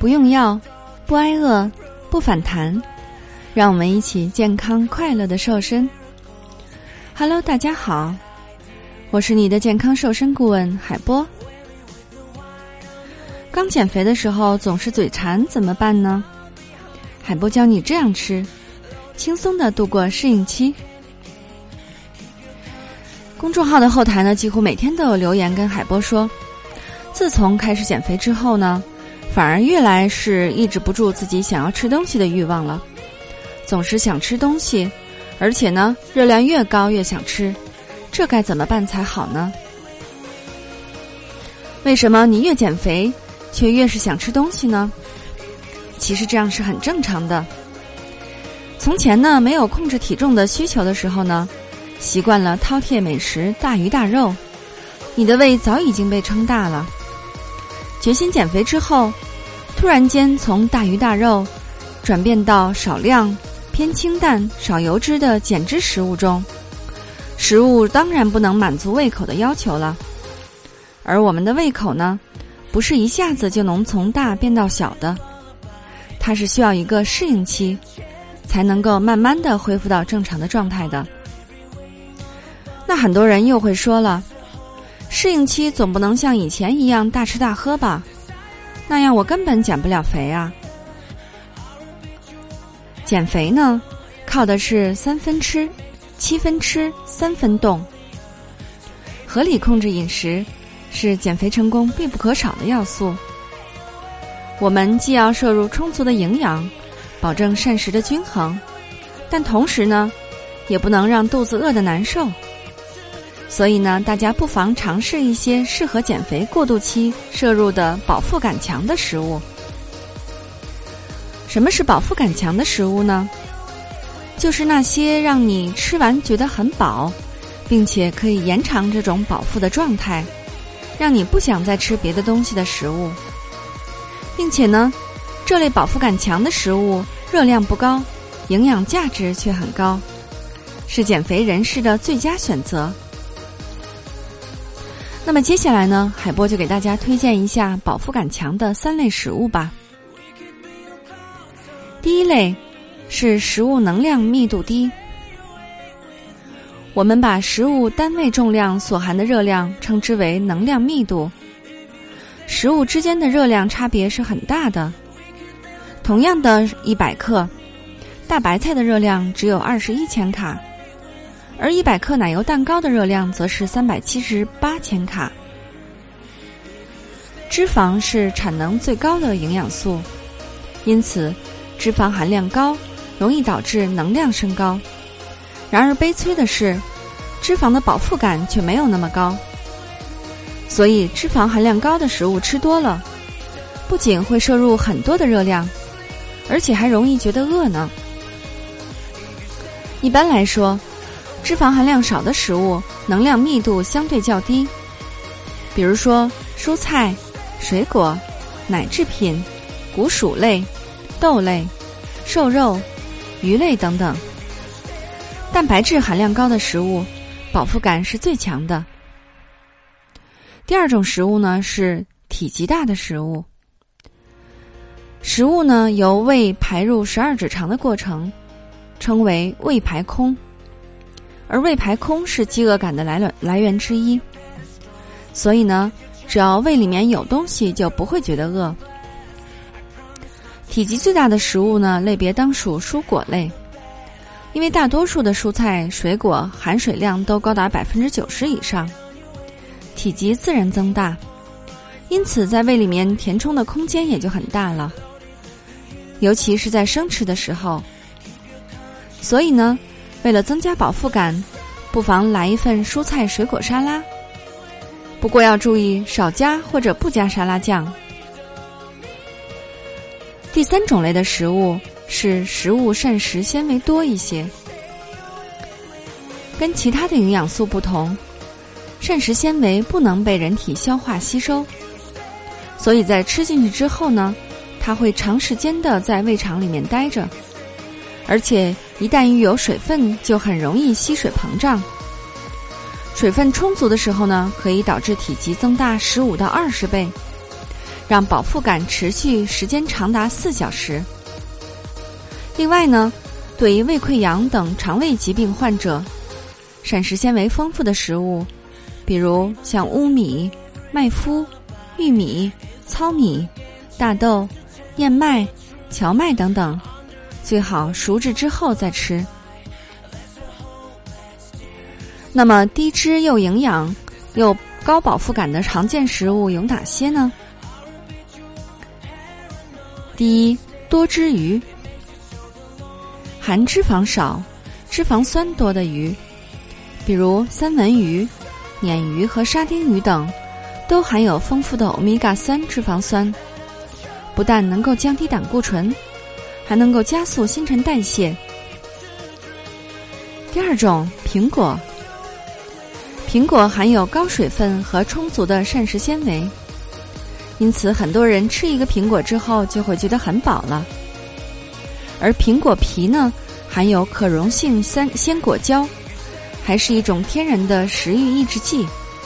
不用药，不挨饿，不反弹，让我们一起健康快乐的瘦身。Hello， 大家好，我是你的健康瘦身顾问海波。刚减肥的时候总是嘴馋怎么办呢？海波教你这样吃，轻松地度过适应期。公众号的后台呢，几乎每天都有留言跟海波说，自从开始减肥之后呢，反而越来是抑制不住自己想要吃东西的欲望了，总是想吃东西，而且呢，热量越高越想吃，这该怎么办才好呢？为什么你越减肥却越是想吃东西呢？其实这样是很正常的。从前呢，没有控制体重的需求的时候呢，习惯了饕餮美食、大鱼大肉，你的胃早已经被撑大了。决心减肥之后，突然间从大鱼大肉转变到少量、偏清淡、少油脂的减脂食物中，食物当然不能满足胃口的要求了。而我们的胃口呢，不是一下子就能从大变到小的，它是需要一个适应期，才能够慢慢的恢复到正常的状态的。那很多人又会说了，适应期总不能像以前一样大吃大喝吧？那样我根本减不了肥啊。减肥呢，靠的是3分吃、7分吃、3分动。合理控制饮食是减肥成功必不可少的要素。我们既要摄入充足的营养，保证膳食的均衡，但同时呢，也不能让肚子饿得难受。所以呢，大家不妨尝试一些适合减肥过渡期摄入的饱腹感强的食物。什么是饱腹感强的食物呢？就是那些让你吃完觉得很饱，并且可以延长这种饱腹的状态，让你不想再吃别的东西的食物。并且呢，这类饱腹感强的食物热量不高，营养价值却很高，是减肥人士的最佳选择。那么接下来呢，海波就给大家推荐一下饱腹感强的3类食物吧。第一类是食物能量密度低。我们把食物单位重量所含的热量称之为能量密度。食物之间的热量差别是很大的。同样的100克，大白菜的热量只有21千卡，而100克奶油蛋糕的热量则是378千卡。脂肪是产能最高的营养素，因此脂肪含量高，容易导致能量升高。然而悲催的是，脂肪的饱腹感却没有那么高。所以脂肪含量高的食物吃多了，不仅会摄入很多的热量，而且还容易觉得饿呢。一般来说，脂肪含量少的食物能量密度相对较低，比如说蔬菜、水果、奶制品、谷薯类、豆类、瘦肉、鱼类等等。蛋白质含量高的食物饱腹感是最强的。第二种食物呢，是体积大的食物。食物呢，由胃排入12指肠的过程称为胃排空，而胃排空是饥饿感的来源之一。所以呢，只要胃里面有东西就不会觉得饿。体积最大的食物呢，类别当属蔬果类，因为大多数的蔬菜水果含水量都高达90%以上，体积自然增大，因此在胃里面填充的空间也就很大了，尤其是在生吃的时候。所以呢，为了增加饱腹感，不妨来一份蔬菜水果沙拉，不过要注意少加或者不加沙拉酱。第3种类的食物是食物膳食纤维多一些。跟其他的营养素不同，膳食纤维不能被人体消化吸收，所以在吃进去之后呢，它会长时间的在胃肠里面待着，而且一旦遇有水分就很容易吸水膨胀。水分充足的时候呢，可以导致体积增大15到20倍， 让饱腹感持续时间长达4小时。另外呢，对于胃溃疡等肠胃疾病患者，膳食纤维丰富的食物，比如像乌米、麦麸、玉米、糙米、大豆、燕麦、荞麦等等，最好熟制之后再吃。那么低脂又营养又高饱腹感的常见食物有哪些呢？第一，多汁鱼。含脂肪少、脂肪酸多的鱼，比如三文鱼、鲶鱼和沙丁鱼等，都含有丰富的欧米伽3脂肪酸，不但能够降低胆固醇，还能够加速新陈代谢。第二种，苹果。苹果含有高水分和充足的膳食纤维，因此很多人吃一个苹果之后就会觉得很饱了。而苹果皮呢，含有可溶性鲜果胶，还是一种天然的食欲抑制剂。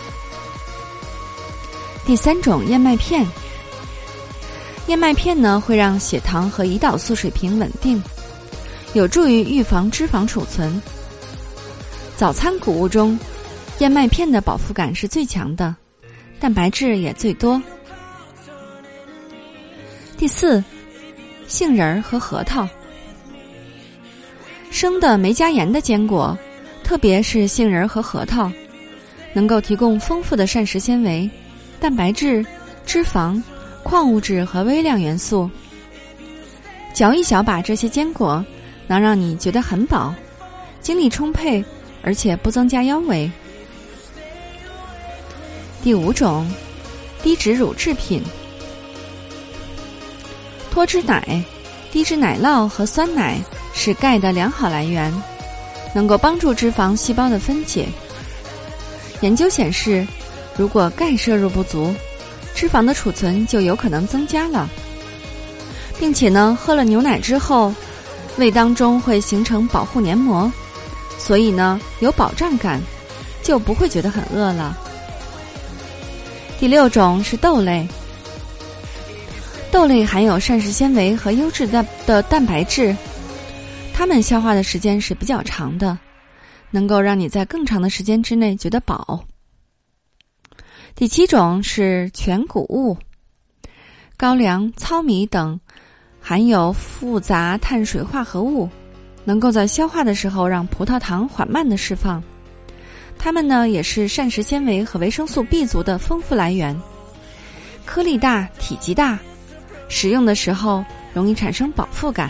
第三种，燕麦片。燕麦片呢，会让血糖和胰岛素水平稳定，有助于预防脂肪储存。早餐谷物中，燕麦片的饱腹感是最强的，蛋白质也最多。第四，杏仁和核桃。生的没加盐的坚果，特别是杏仁和核桃，能够提供丰富的膳食纤维、蛋白质、脂肪、矿物质和微量元素。嚼一小把这些坚果，能让你觉得很饱，精力充沛，而且不增加腰围。第五种，低脂乳制品。脱脂奶、低脂奶酪和酸奶是钙的良好来源，能够帮助脂肪细胞的分解。研究显示，如果钙摄入不足，脂肪的储存就有可能增加了，并且呢，喝了牛奶之后，胃当中会形成保护黏膜，所以呢，有饱胀感，就不会觉得很饿了。第六种是豆类。豆类含有膳食纤维和优质的蛋白质，它们消化的时间是比较长的，能够让你在更长的时间之内觉得饱。第七种是全谷物。高粱、糙米等含有复杂碳水化合物，能够在消化的时候让葡萄糖缓慢的释放。它们呢，也是膳食纤维和维生素 B 族的丰富来源。颗粒大，体积大，食用的时候容易产生饱腹感。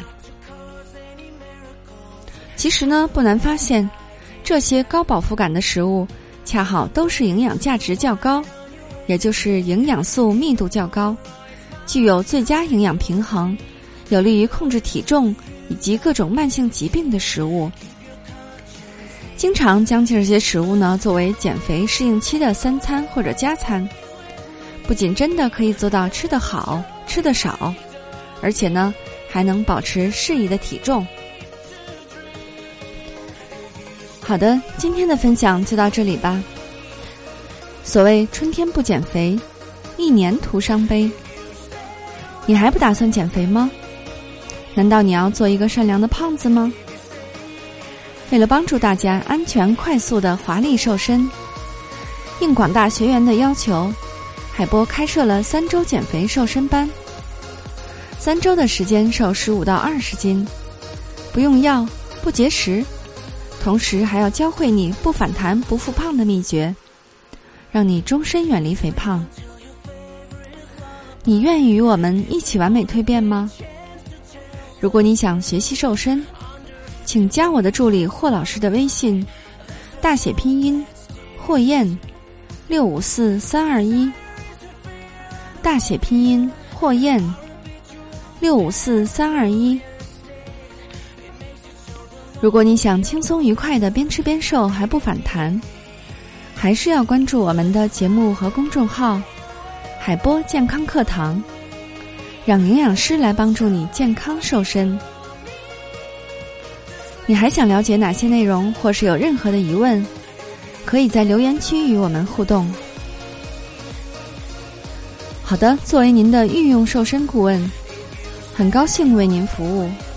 其实呢，不难发现，这些高饱腹感的食物恰好都是营养价值较高，也就是营养素密度较高，具有最佳营养平衡，有利于控制体重以及各种慢性疾病的食物。经常将这些食物呢作为减肥适应期的3餐或者加餐，不仅真的可以做到吃得好、吃得少，而且呢还能保持适宜的体重。好的，今天的分享就到这里吧。所谓春天不减肥，1年徒伤悲。你还不打算减肥吗？难道你要做一个善良的胖子吗？为了帮助大家安全快速的华丽瘦身，应广大学员的要求，海波开设了3周减肥瘦身班，3周的时间瘦15到20斤，不用药，不节食，同时还要教会你不反弹不复胖的秘诀，让你终身远离肥胖。你愿意与我们一起完美蜕变吗？如果你想学习瘦身，请加我的助理霍老师的微信，大写拼音霍燕654321，大写拼音霍燕654321。如果你想轻松愉快的边吃边瘦还不反弹，还是要关注我们的节目和公众号海波健康课堂，让营养师来帮助你健康瘦身。你还想了解哪些内容，或是有任何的疑问，可以在留言区与我们互动。 好的，作为您的御用瘦身顾问，很高兴为您服务。